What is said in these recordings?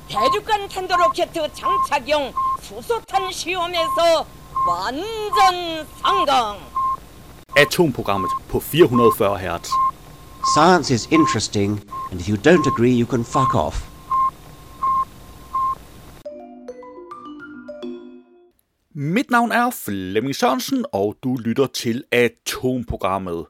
대륙간 탄도로켓 장착용 수소탄 시험에서 완전 성공. Atomprogrammet på 440 Hz. Science is interesting, and if you don't agree, you can fuck off. Mit navn er Flemming Sørensen, og du lytter til Atomprogrammet.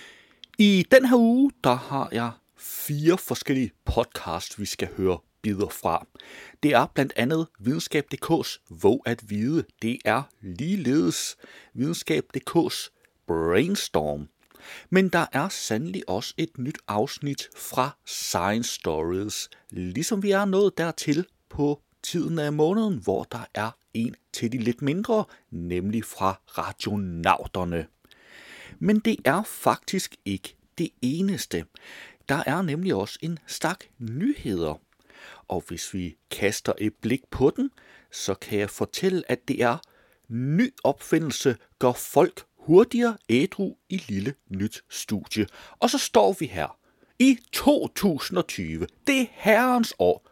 I den her uge, der har jeg 4 forskellige podcasts, vi skal høre bidder fra. Det er blandt andet Videnskab.dk's Våg at vide. Det er ligeledes Videnskab.dk's Brainstorm. Men der er sandelig også et nyt afsnit fra Science Stories, ligesom vi er nået dertil på tiden af måneden, hvor der er en til de lidt mindre, nemlig fra Radionauterne. Men det er faktisk ikke det eneste. Der er nemlig også en stak nyheder. Og hvis vi kaster et blik på den, så kan jeg fortælle, at det er ny opfindelse gør folk hurtigere ædru i lille nyt studie. Og så står vi her i 2020. Det er herrens år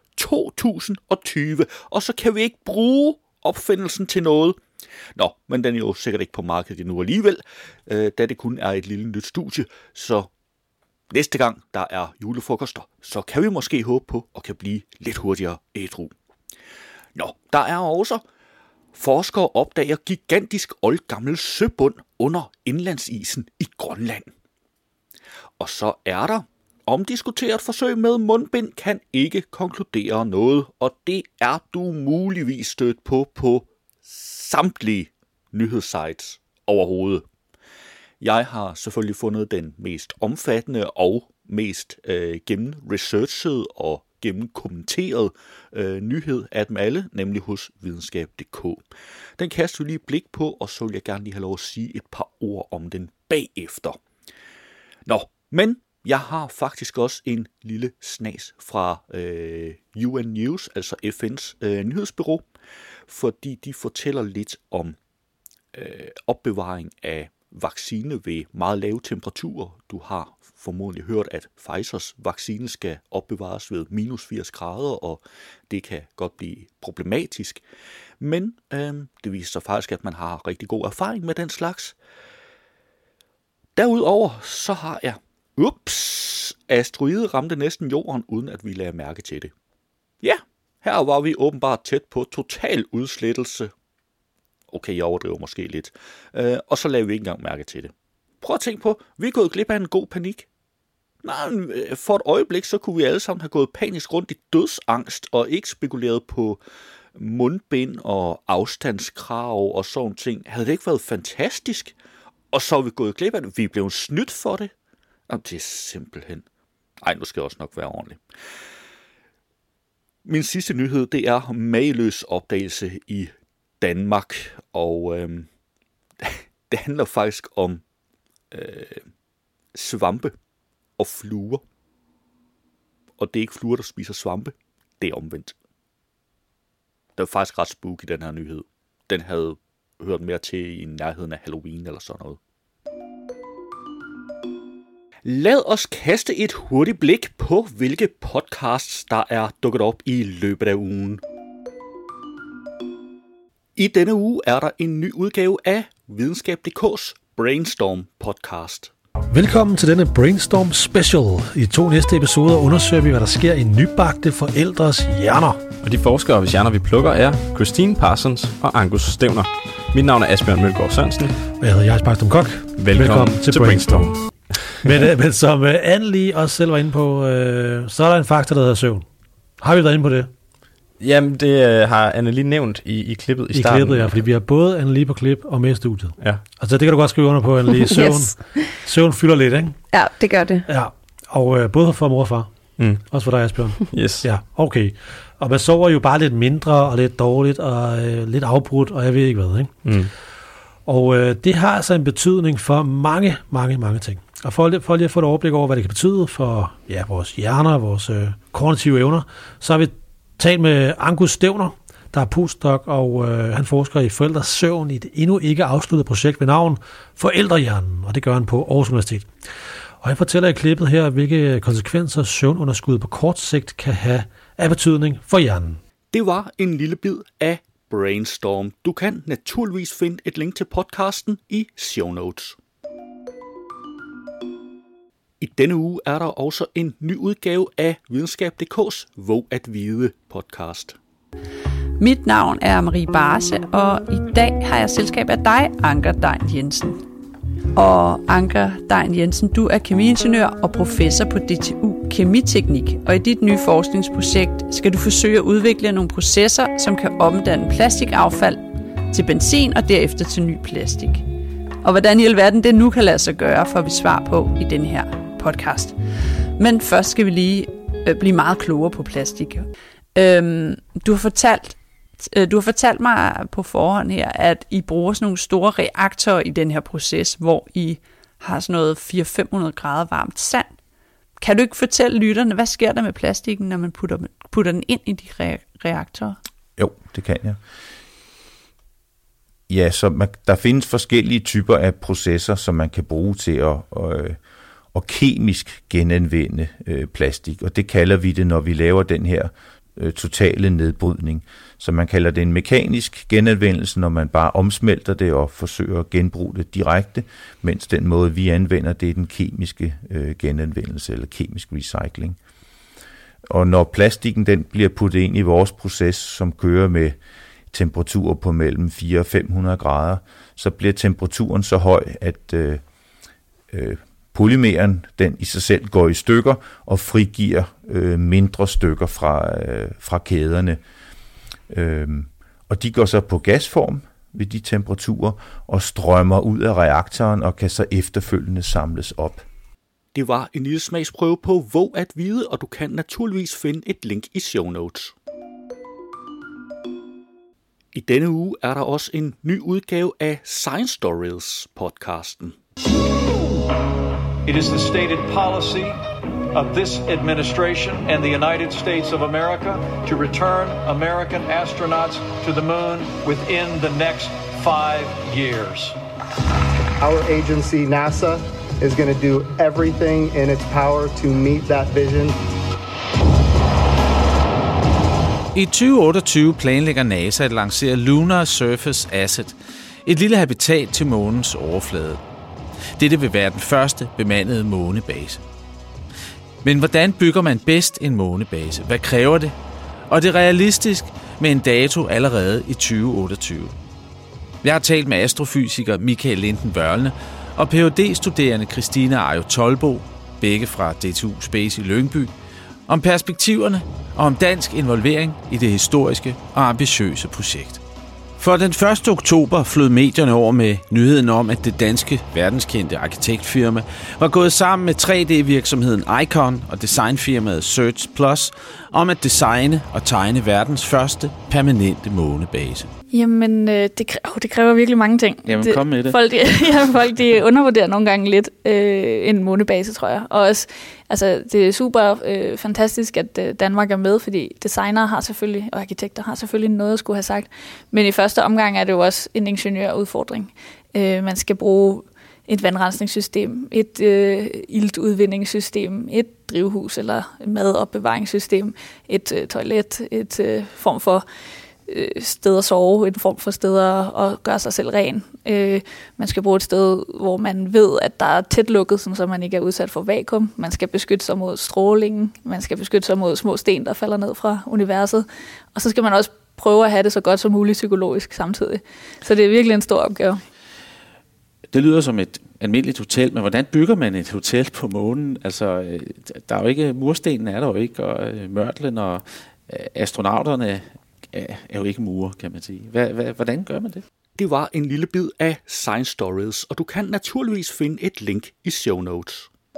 2020, og så kan vi ikke bruge opfindelsen til noget. Nå, men den er jo sikkert ikke på markedet endnu alligevel, da det kun er et lille nyt studie. Så næste gang der er julefrokoster, så kan vi måske håbe på at kan blive lidt hurtigere ædru. Nå, der er også forskere opdager gigantisk oldgammel søbund under indlandsisen i Grønland. Og så er der omdiskuteret forsøg med mundbind kan ikke konkludere noget, og det er du muligvis stødt på samtlige nyhedssites overhovedet. Jeg har selvfølgelig fundet den mest omfattende og mest gennemresearchet og gennemkommenteret nyhed af dem alle, nemlig hos Videnskab.dk. Den kaster du lige blik på, og så vil jeg gerne lige have lov at sige et par ord om den bagefter. Nå, men jeg har faktisk også en lille snas fra UN News, altså FN's nyhedsbureau, fordi de fortæller lidt om opbevaring af vaccine ved meget lave temperaturer. Du har formodentlig hørt, at Pfizers vaccine skal opbevares ved minus 80 grader, og det kan godt blive problematisk. Men det viser sig faktisk, at man har rigtig god erfaring med den slags. Derudover så har jeg asteroide ramte næsten jorden, uden at vi lagde mærke til det. Ja, her var vi åbenbart tæt på total udslettelse. Okay, jeg overdriver måske lidt. Og så lavede vi ikke engang mærke til det. Prøv at tænke på, vi er gået glip af en god panik. Nej, for et øjeblik, så kunne vi alle sammen have gået panisk rundt i dødsangst, og ikke spekuleret på mundbind og afstandskrav og sådan ting. Havde det ikke været fantastisk? Og så er vi gået glip af det. Vi er blevet snydt for det. Jamen, det er simpelthen... Ej, nu skal jeg også nok være ordentlig. Min sidste nyhed, det er mageløs opdagelse i Danmark, og det handler faktisk om svampe og fluer. Og det er ikke fluer, der spiser svampe, det er omvendt. Det er faktisk ret spooky, den her nyhed. Den havde hørt mere til i nærheden af Halloween eller sådan noget. Lad os kaste et hurtigt blik på, hvilke podcasts, der er dukket op i løbet af ugen. I denne uge er der en ny udgave af Videnskab.dk's Brainstorm podcast. Velkommen til denne Brainstorm Special. I 2 næste episoder undersøger vi, hvad der sker i nybagte forældres hjerner. Og de forskere, hvis hjerner vi plukker, er Christine Parsons og Angus Stevner. Mit navn er Asbjørn Mølgaard Sørensen. Og jeg hedder Jais Bakstrøm Kok. Velkommen til Brainstorm. Men som Anne lige også selv var inde på, så er der en faktor, der hedder søvn. Har vi været inde på det? Jamen, det har Anne lige nævnt i klippet i starten. I klippet, ja, fordi vi har både Anne lige på klip og med i studiet. Ja. Altså, det kan du godt skrive under på, Anne lige. Søvn, yes. Søvn fylder lidt, ikke? Ja, det gør det. Ja, og både for mor og far. Også for dig, Asbjørn. Yes. Ja, okay. Og man sover jo bare lidt mindre og lidt dårligt og lidt afbrudt, og jeg ved ikke hvad, ikke? Og det har altså en betydning for mange ting. Og for lige at få et overblik over, hvad det kan betyde for vores hjerner, vores kognitive evner, så har vi talt med Angus Stevner, der er postdoc, og han forsker i forældres søvn i et endnu ikke afsluttet projekt ved navn Forældrehjernen, og det gør han på Aarhus Universitet. Og han fortæller i klippet her, hvilke konsekvenser søvnunderskud på kort sigt kan have af betydning for hjernen. Det var en lille bid af Brainstorm. Du kan naturligvis finde et link til podcasten i show notes. I denne uge er der også en ny udgave af Videnskab.dk's Våg at Vide podcast. Mit navn er Marie Barse, og i dag har jeg selskab af dig, Anker Degn Jensen. Og Anker Degn Jensen, du er kemiingeniør og professor på DTU Kemiteknik, og i dit nye forskningsprojekt skal du forsøge at udvikle nogle processer, som kan omdanne plastikaffald til benzin og derefter til ny plastik. Og hvordan i alverden det nu kan lade sig gøre, får vi svar på i den her podcast. Men først skal vi lige blive meget klogere på plastik. Du har fortalt mig på forhånd her, at I bruger sådan nogle store reaktorer i den her proces, hvor I har sådan noget 400-500 grader varmt sand. Kan du ikke fortælle lytterne, hvad sker der med plastikken, når man putter den ind i de reaktorer? Jo, det kan jeg. Ja, så der findes forskellige typer af processer, som man kan bruge til at kemisk genanvende plastik, og det kalder vi det, når vi laver den her totale nedbrydning. Så man kalder det en mekanisk genanvendelse, når man bare omsmelter det og forsøger at genbruge det direkte, mens den måde, vi anvender, det er den kemiske genanvendelse eller kemisk recycling. Og når plastikken den bliver puttet ind i vores proces, som kører med temperaturer på mellem 400 og 500 grader, så bliver temperaturen så høj, at polymeren den i sig selv går i stykker og frigiver mindre stykker fra kæderne. Og de går så på gasform ved de temperaturer og strømmer ud af reaktoren og kan så efterfølgende samles op. Det var en lille smagsprøve på Våg at Vide, og du kan naturligvis finde et link i show notes. I denne uge er der også en ny udgave af Science Stories podcasten. It is the stated policy of this administration and the United States of America to return American astronauts to the moon within the next 5 years. Our agency, NASA, is going to do everything in its power to meet that vision. I 2028 planlægger NASA at lancere Lunar Surface Asset, et lille habitat til månens overflade. Dette vil være den første bemandede månebase. Men hvordan bygger man bedst en månebase? Hvad kræver det? Og er det realistisk med en dato allerede i 2028? Jeg har talt med astrofysiker Michael Linden Wørlne og Ph.D.-studerende Christina Ajo Tolbo, begge fra DTU Space i Lyngby, om perspektiverne og om dansk involvering i det historiske og ambitiøse projekt. For den 1. oktober flød medierne over med nyheden om, at det danske verdenskendte arkitektfirma var gået sammen med 3D-virksomheden Icon og designfirmaet Search Plus om at designe og tegne verdens første permanente månebase. Jamen, det kræver virkelig mange ting. Jamen, kom med det. Folk de undervurderer nogle gange lidt en månebase, tror jeg. Og også, altså, det er super fantastisk, at Danmark er med, fordi designere har selvfølgelig, og arkitekter har selvfølgelig noget at skulle have sagt. Men i første omgang er det jo også en ingeniørudfordring. Man skal bruge et vandrensningssystem, et iltudvindingssystem, et drivhus eller madopbevaringssystem, et toilet, et form for sted at sove, en form for steder at gøre sig selv ren. Man skal bruge et sted, hvor man ved, at der er tæt lukket, så man ikke er udsat for vakuum. Man skal beskytte sig mod strålingen. Man skal beskytte sig mod små sten, der falder ned fra universet. Og så skal man også prøve at have det så godt som muligt psykologisk samtidig. Så det er virkelig en stor opgave. Det lyder som et almindeligt hotel, men hvordan bygger man et hotel på månen? Altså, der er jo ikke, murstenen er der jo ikke, og mørtlen og astronauterne er jo ikke murer, kan man sige. Hvordan gør man det? Det var en lille bid af Science Stories, og du kan naturligvis finde et link i show notes.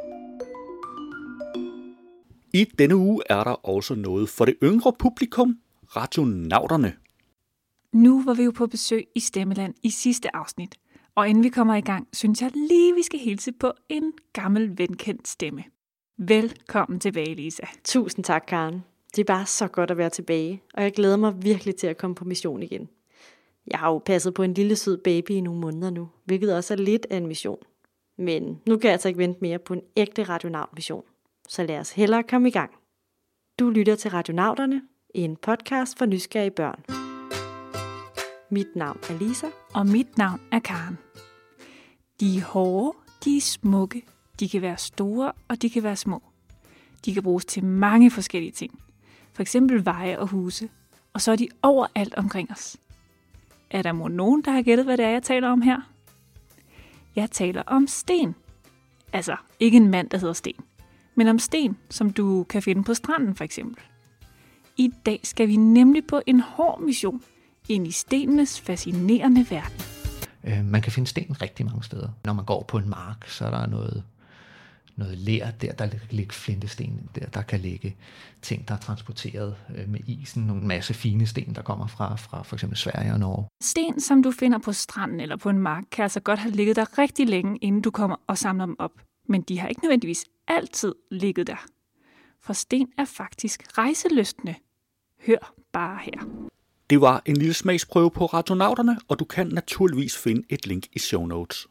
I denne uge er der også noget for det yngre publikum, Radionauterne. Nu var vi jo på besøg i Stemmeland i sidste afsnit, og inden vi kommer i gang, synes jeg lige, vi skal hilse på en gammel venkendt stemme. Velkommen tilbage, Lisa. Tusind tak, Karen. Det er bare så godt at være tilbage, og jeg glæder mig virkelig til at komme på mission igen. Jeg har jo passet på en lille sød baby i nogle måneder nu, hvilket også er lidt af en mission. Men nu kan jeg altså ikke vente mere på en ægte radionaut-mission. Så lad os hellere komme i gang. Du lytter til Radionauterne, en podcast for nysgerrige børn. Mit navn er Lisa. Og mit navn er Karen. De er hårde, de er smukke, de kan være store og de kan være små. De kan bruges til mange forskellige ting. For eksempel veje og huse. Og så er de overalt omkring os. Er der måske nogen, der har gættet, hvad det er, jeg taler om her? Jeg taler om sten. Altså, ikke en mand, der hedder Sten. Men om sten, som du kan finde på stranden for eksempel. I dag skal vi nemlig på en hård mission ind i stenenes fascinerende verden. Man kan finde sten rigtig mange steder. Når man går på en mark, så er der noget ler der kan ligge flintesten, der kan ligge ting, der er transporteret med isen, nogle masse fine sten, der kommer fra for eksempel Sverige og Norge. Sten, som du finder på stranden eller på en mark, kan altså godt have ligget der rigtig længe, inden du kommer og samler dem op. Men de har ikke nødvendigvis altid ligget der. For sten er faktisk rejselystne. Hør bare her. Det var en lille smagsprøve på Radionauterne, og du kan naturligvis finde et link i show notes.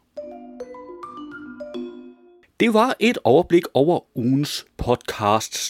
Det var et overblik over ugens podcasts.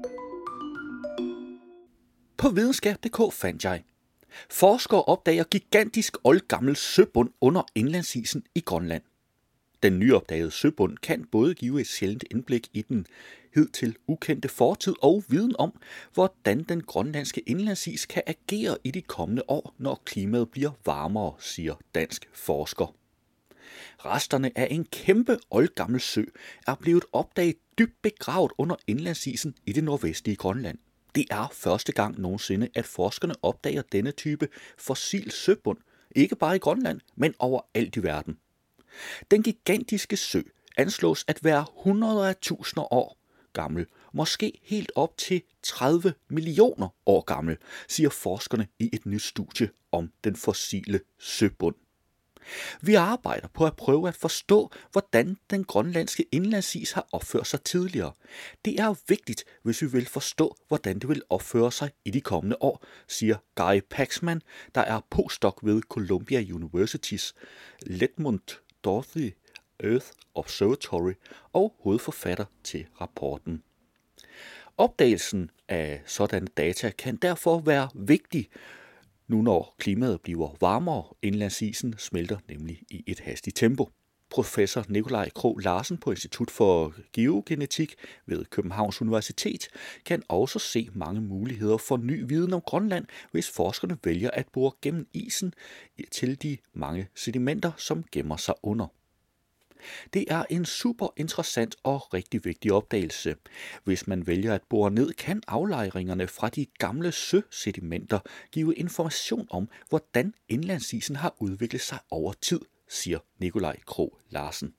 På videnskab.dk fandt jeg: forskere opdager gigantisk oldgammel søbund under indlandsisen i Grønland. Den nyopdagede søbund kan både give et sjældent indblik i den hidtil ukendte fortid og viden om, hvordan den grønlandske indlandsis kan agere i de kommende år, når klimaet bliver varmere, siger dansk forsker. Resterne af en kæmpe oldgammel sø er blevet opdaget dybt begravet under indlandsisen i det nordvestlige Grønland. Det er første gang nogensinde, at forskerne opdager denne type fossil søbund, ikke bare i Grønland, men overalt i verden. Den gigantiske sø anslås at være hundreder af tusinder år gammel, måske helt op til 30 millioner år gammel, siger forskerne i et nyt studie om den fossile søbund. Vi arbejder på at prøve at forstå, hvordan den grønlandske indlandsis har opført sig tidligere. Det er vigtigt, hvis vi vil forstå, hvordan det vil opføre sig i de kommende år, siger Guy Paxman, der er postdoc ved Columbia Universitys Ledmont Dorothy Earth Observatory og hovedforfatter til rapporten. Opdagelsen af sådanne data kan derfor være vigtig, nu når klimaet bliver varmere. Indlandsisen smelter nemlig i et hastigt tempo. Professor Nikolaj Krog Larsen på Institut for Geogenetik ved Københavns Universitet kan også se mange muligheder for ny viden om Grønland, hvis forskerne vælger at bore gennem isen til de mange sedimenter, som gemmer sig under. Det er en super interessant og rigtig vigtig opdagelse. Hvis man vælger at bore ned, kan aflejringerne fra de gamle søsedimenter give information om, hvordan indlandsisen har udviklet sig over tid, siger Nikolaj Krog Larsen.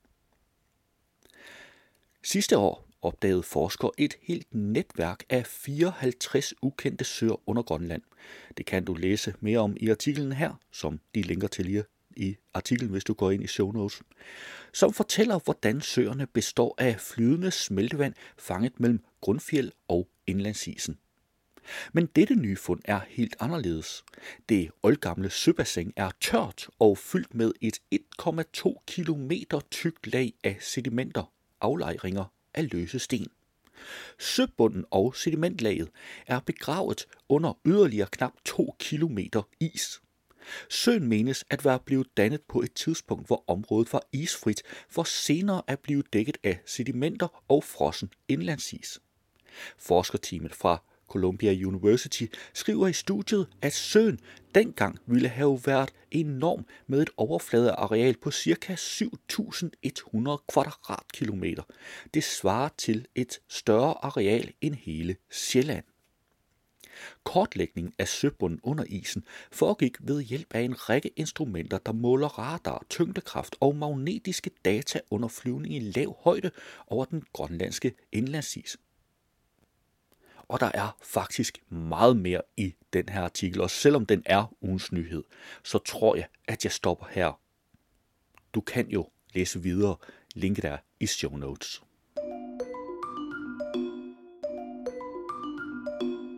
Sidste år opdagede forskere et helt netværk af 54 ukendte søer under Grønland. Det kan du læse mere om i artiklen her, som de linker til i artiklen, hvis du går ind i show notes, som fortæller, hvordan søerne består af flydende smeltevand fanget mellem grundfjeld og indlandsisen. Men dette nye fund er helt anderledes. Det oldgamle søbassin er tørt og fyldt med et 1,2 kilometer tykt lag af sedimenter, aflejringer af løse sten. Søbunden og sedimentlaget er begravet under yderligere knap 2 kilometer is. Søen menes at være blevet dannet på et tidspunkt, hvor området var isfrit, for senere at blive dækket af sedimenter og frossen indlandsis. Forskerteamet fra Columbia University skriver i studiet, at søen dengang ville have været enorm med et overfladeareal på ca. 7.100 kvadratkilometer. Det svarer til et større areal end hele Sjælland. Kortlægning af søbunden under isen foregik ved hjælp af en række instrumenter, der måler radar, tyngdekraft og magnetiske data under flyvning i lav højde over den grønlandske indlandsis. Og der er faktisk meget mere i den her artikel, og selvom den er ugens nyhed, så tror jeg, at jeg stopper her. Du kan jo læse videre. Linket er i show notes.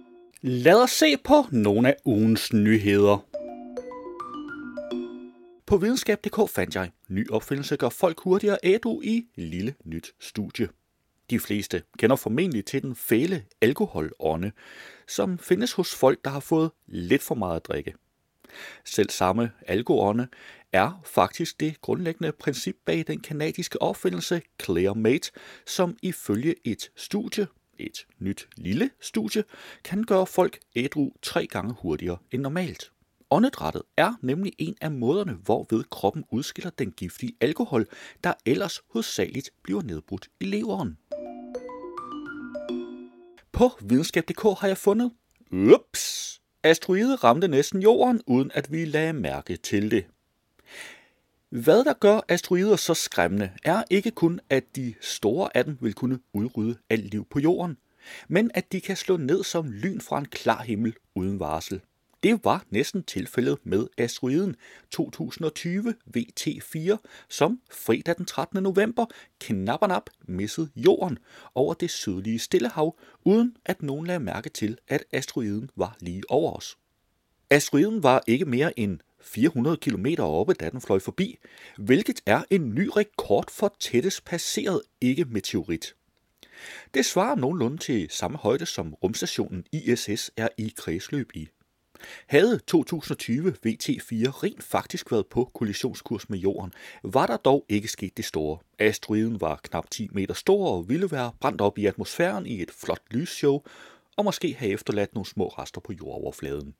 Lad os se på nogle af ugens nyheder. På videnskab.dk fandt jeg, ny opfindelse gør folk hurtigere ædru i lille nyt studie. De fleste kender formentlig til den fæle alkoholånde, som findes hos folk, der har fået lidt for meget at drikke. Selv samme alkoholånde er faktisk det grundlæggende princip bag den kanadiske opfindelse ClearMate, som ifølge et nyt lille studie, kan gøre folk ædru 3 gange hurtigere end normalt. Åndedrættet er nemlig en af måderne, hvorved kroppen udskiller den giftige alkohol, der ellers hovedsageligt bliver nedbrudt i leveren. På videnskab.dk har jeg fundet, asteroide ramte næsten jorden, uden at vi lagde mærke til det. Hvad der gør asteroider så skræmmende, er ikke kun, at de store af dem vil kunne udrydde alt liv på jorden, men at de kan slå ned som lyn fra en klar himmel uden varsel. Det var næsten tilfældet med asteroiden 2020 VT4, som fredag den 13. november knap missede jorden over det sydlige Stillehav, uden at nogen lagde mærke til, at asteroiden var lige over os. Asteroiden var ikke mere end 400 km oppe, da den fløj forbi, hvilket er en ny rekord for tættest passeret ikke-meteorit. Det svarer nogenlunde til samme højde, som rumstationen ISS er i kredsløb i. Havde 2020 VT4 rent faktisk været på kollisionskurs med jorden, var der dog ikke sket det store. Asteroiden var knap 10 meter stor og ville være brændt op i atmosfæren i et flot lysshow, og måske have efterladt nogle små rester på jordoverfladen.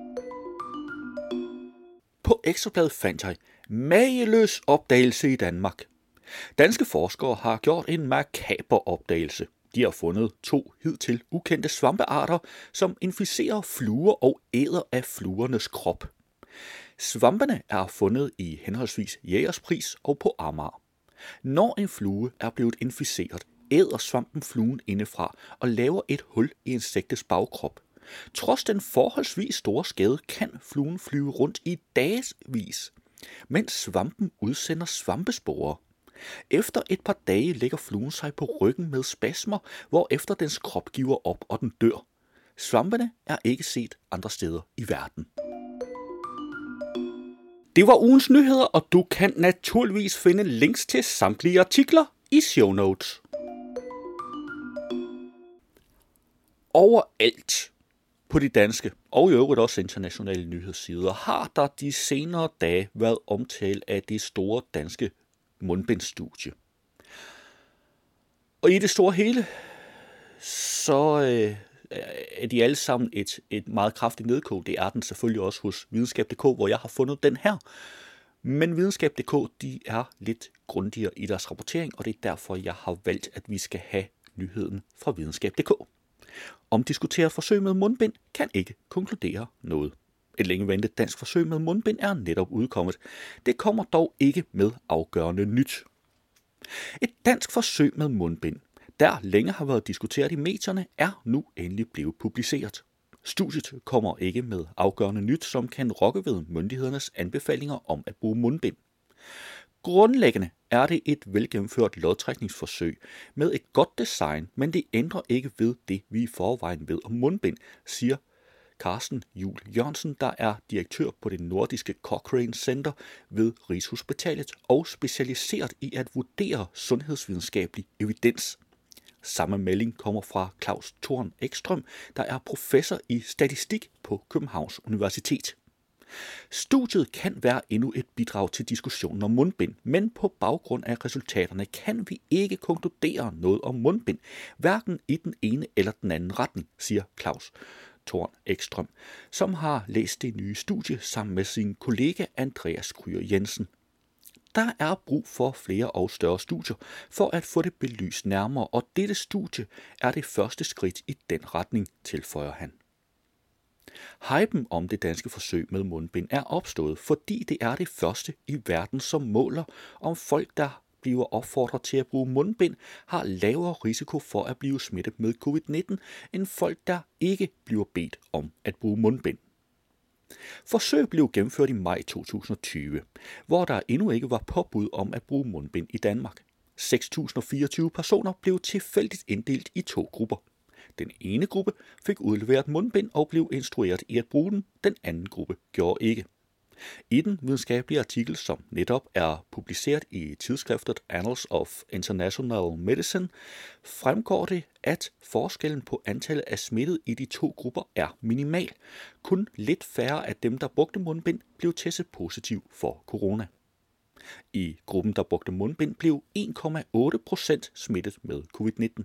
På Ekstrabladet fandt jeg mageløs opdagelse i Danmark. Danske forskere har gjort en makaber opdagelse. De har fundet 2 hidtil ukendte svampearter, som inficerer fluer og æder af fluernes krop. Svampene er fundet i henholdsvis Jægerspris og på Amager. Når en flue er blevet inficeret, æder svampen fluen indefra og laver et hul i insektets bagkrop. Trods den forholdsvis store skade kan fluen flyve rundt i dagevis, mens svampen udsender svampesporer. Efter et par dage lægger fluen sig på ryggen med spasmer, hvorefter dens krop giver op og den dør. Svampene er ikke set andre steder i verden. Det var ugens nyheder, og du kan naturligvis finde links til samtlige artikler i show notes. Overalt på de danske og i øvrigt også internationale nyhedssider har der de senere dage været omtalt af det store danske mundbindsstudie. Og i det store hele, så er de alle sammen et meget kraftigt nedkog. Det er den selvfølgelig også hos videnskab.dk, hvor jeg har fundet den her. Men videnskab.dk, de er lidt grundigere i deres rapportering, og det er derfor, jeg har valgt, at vi skal have nyheden fra videnskab.dk. Omdiskuteret forsøg med mundbind kan ikke konkludere noget. Et længe ventet dansk forsøg med mundbind er netop udkommet. Det kommer dog ikke med afgørende nyt. Et dansk forsøg med mundbind, der længe har været diskuteret i medierne, er nu endelig blevet publiceret. Studiet kommer ikke med afgørende nyt, som kan rokke ved myndighedernes anbefalinger om at bruge mundbind. Grundlæggende er det et velgennemført lodtrækningsforsøg med et godt design, men det ændrer ikke ved det, vi i forvejen ved om mundbind, siger Carsten Juhl Jørgensen, der er direktør på det nordiske Cochrane Center ved Rigshospitalet og specialiseret i at vurdere sundhedsvidenskabelig evidens. Samme melding kommer fra Claus Thorn Ekstrøm, der er professor i statistik på Københavns Universitet. Studiet kan være endnu et bidrag til diskussionen om mundbind, men på baggrund af resultaterne kan vi ikke konkludere noget om mundbind, hverken i den ene eller den anden retning, siger Claus Thorn Ekstrøm, som har læst det nye studie sammen med sin kollega Andreas Kryer Jensen. Der er brug for flere og større studier for at få det belyst nærmere, og dette studie er det første skridt i den retning, tilføjer han. Hypen om det danske forsøg med mundbind er opstået, fordi det er det første i verden, som måler, om folk, der bliver opfordret til at bruge mundbind, har lavere risiko for at blive smittet med covid-19, end folk, der ikke bliver bedt om at bruge mundbind. Forsøget blev gennemført i maj 2020, hvor der endnu ikke var påbud om at bruge mundbind i Danmark. 6.024 personer blev tilfældigt inddelt i 2 grupper. Den ene gruppe fik udleveret mundbind og blev instrueret i at bruge den. Den anden gruppe gjorde ikke. I den videnskabelige artikel, som netop er publiceret i tidsskriftet Annals of International Medicine, fremgår det, at forskellen på antallet af smittede i de to grupper er minimal. Kun lidt færre af dem, der brugte mundbind, blev testet positiv for corona. I gruppen, der brugte mundbind, blev 1,8% smittet med covid-19.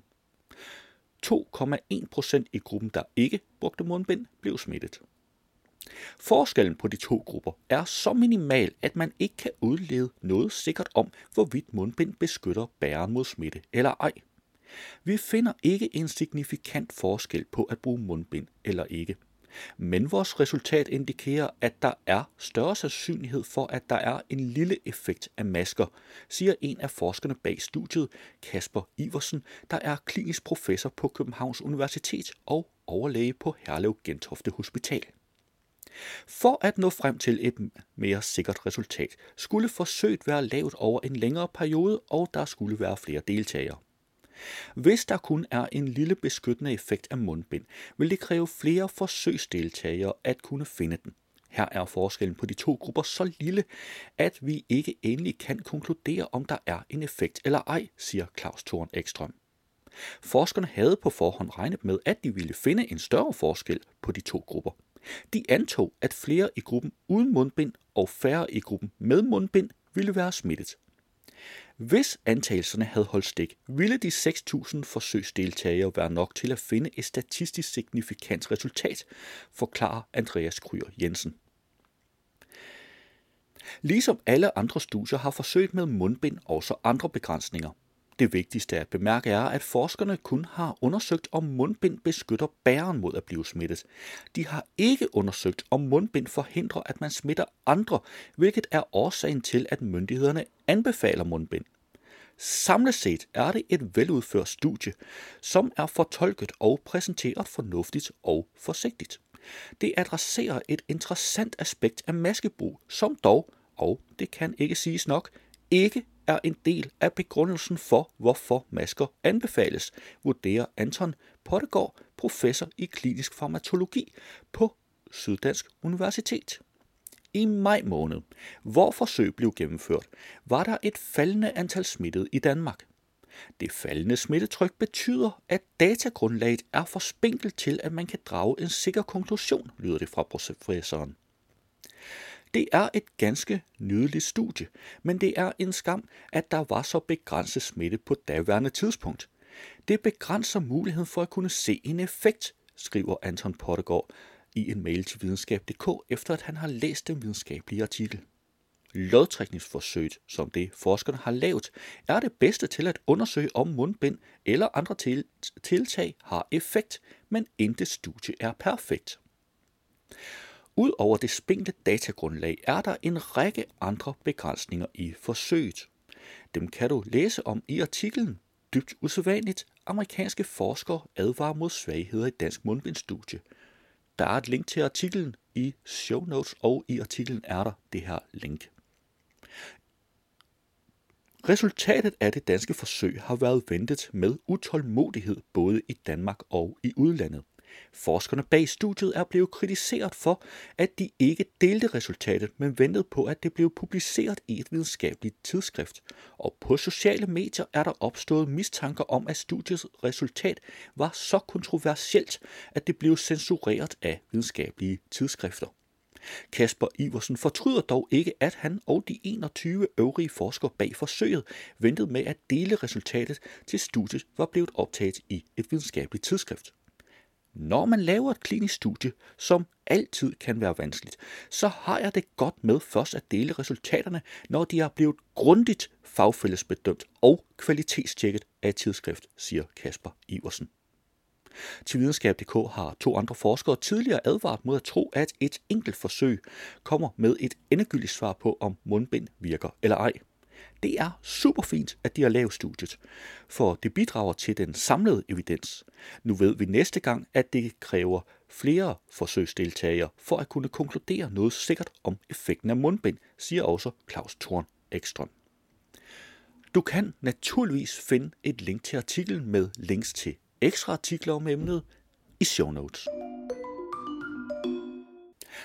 2,1% i gruppen, der ikke brugte mundbind, blev smittet. Forskellen på de to grupper er så minimal, at man ikke kan udlede noget sikkert om, hvorvidt mundbind beskytter bæreren mod smitte eller ej. Vi finder ikke en signifikant forskel på at bruge mundbind eller ikke. Men vores resultat indikerer, at der er større sandsynlighed for, at der er en lille effekt af masker, siger en af forskerne bag studiet, Kasper Iversen, der er klinisk professor på Københavns Universitet og overlæge på Herlev Gentofte Hospital. For at nå frem til et mere sikkert resultat, skulle forsøget være lavet over en længere periode, og der skulle være flere deltagere. Hvis der kun er en lille beskyttende effekt af mundbind, vil det kræve flere forsøgsdeltagere at kunne finde den. Her er forskellen på de to grupper så lille, at vi ikke endelig kan konkludere, om der er en effekt eller ej, siger Claus Thorn Ekstrøm. Forskerne havde på forhånd regnet med, at de ville finde en større forskel på de to grupper. De antog, at flere i gruppen uden mundbind og færre i gruppen med mundbind ville være smittet. Hvis antagelserne havde holdt stik, ville de 6.000 forsøgsdeltagere være nok til at finde et statistisk signifikant resultat, forklarer Andreas Kryer Jensen. Ligesom alle andre studier har forsøgt med mundbind også andre begrænsninger. Det vigtigste at bemærke er, at forskerne kun har undersøgt, om mundbind beskytter bæreren mod at blive smittet. De har ikke undersøgt, om mundbind forhindrer, at man smitter andre, hvilket er årsagen til, at myndighederne anbefaler mundbind. Samlet set er det et veludført studie, som er fortolket og præsenteret fornuftigt og forsigtigt. Det adresserer et interessant aspekt af maskebrug, som dog, og det kan ikke siges nok, ikke er en del af begrundelsen for, hvorfor masker anbefales, vurderer Anton Pottegaard, professor i klinisk farmakologi på Syddansk Universitet. I maj måned, hvor forsøg blev gennemført, var der et faldende antal smittede i Danmark. Det faldende smittetryk betyder, at datagrundlaget er for spinkelt til, at man kan drage en sikker konklusion, lyder det fra professoren. Det er et ganske nydeligt studie, men det er en skam, at der var så begrænset smitte på daværende tidspunkt. Det begrænser muligheden for at kunne se en effekt, skriver Anton Pottegaard i en mail til videnskab.dk, efter at han har læst den videnskabelige artikel. Lodtrækningsforsøget, som det forskerne har lavet, er det bedste til at undersøge, om mundbind eller andre tiltag har effekt, men intet studie er perfekt. Udover det spinkle datagrundlag er der en række andre begrænsninger i forsøget. Dem kan du læse om i artiklen Dybt usædvanligt. Amerikanske forskere advarer mod svagheder i dansk mundbindstudie. Der er et link til artiklen i show notes, og i artiklen er der det her link. Resultatet af det danske forsøg har været ventet med utålmodighed både i Danmark og i udlandet. Forskerne bag studiet er blevet kritiseret for, at de ikke delte resultatet, men ventede på, at det blev publiceret i et videnskabeligt tidsskrift. Og på sociale medier er der opstået mistanker om, at studiets resultat var så kontroversielt, at det blev censureret af videnskabelige tidsskrifter. Kasper Iversen fortryder dog ikke, at han og de 21 øvrige forskere bag forsøget ventede med at dele resultatet, til studiet var blevet optaget i et videnskabeligt tidsskrift. Når man laver et klinisk studie, som altid kan være vanskeligt, så har jeg det godt med først at dele resultaterne, når de er blevet grundigt fagfællesbedømt og kvalitetstjekket af et tidsskrift, siger Kasper Iversen. Til videnskab.dk har 2 andre forskere tidligere advaret mod at tro, at et enkelt forsøg kommer med et endegyldigt svar på, om mundbind virker eller ej. Det er super fint, at de har lavet studiet, for det bidrager til den samlede evidens. Nu ved vi næste gang, at det kræver flere forsøgsdeltagere for at kunne konkludere noget sikkert om effekten af mundbind, siger også Claus Thorn Ekstrøm. Du kan naturligvis finde et link til artiklen med links til ekstra artikler om emnet i show notes.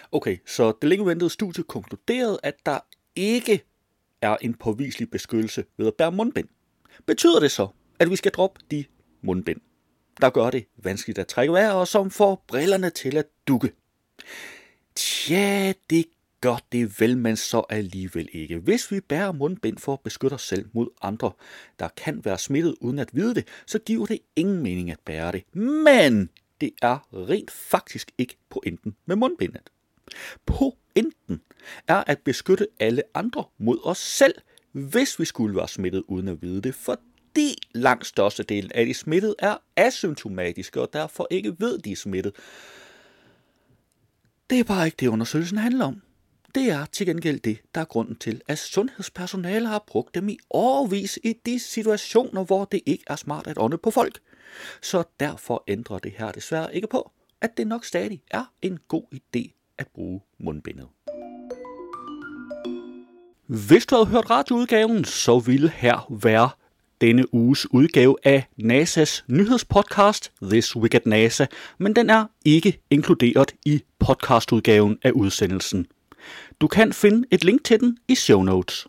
Okay, så det længe ventede studie konkluderede, at der ikke er en påviselig beskyttelse ved at bære mundbind. Betyder det så, at vi skal droppe de mundbind, der gør det vanskeligt at trække vejret, og som får brillerne til at dukke? Tja, det gør det vel, men så alligevel ikke. Hvis vi bærer mundbind for at beskytte os selv mod andre, der kan være smittet uden at vide det, så giver det ingen mening at bære det. Men det er rent faktisk ikke pointen med mundbindet. Pointen er at beskytte alle andre mod os selv, hvis vi skulle være smittet uden at vide det, fordi langt størstedelen af de smittede er asymptomatiske og derfor ikke ved, de er smittet. Det er bare ikke det, undersøgelsen handler om. Det er til gengæld det, der er grunden til, at sundhedspersonale har brugt dem i årevis i de situationer, hvor det ikke er smart at ånde på folk. Så derfor ændrer det her desværre ikke på, at det nok stadig er en god idé at bruge mundbindet. Hvis du havde hørt radioudgaven, så ville her være denne uges udgave af NASA's nyhedspodcast This Week at NASA, men den er ikke inkluderet i podcastudgaven af udsendelsen. Du kan finde et link til den i show notes.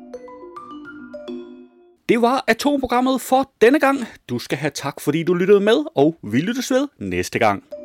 Det var atomprogrammet for denne gang. Du skal have tak, fordi du lyttede med, og vi lyttes ved næste gang.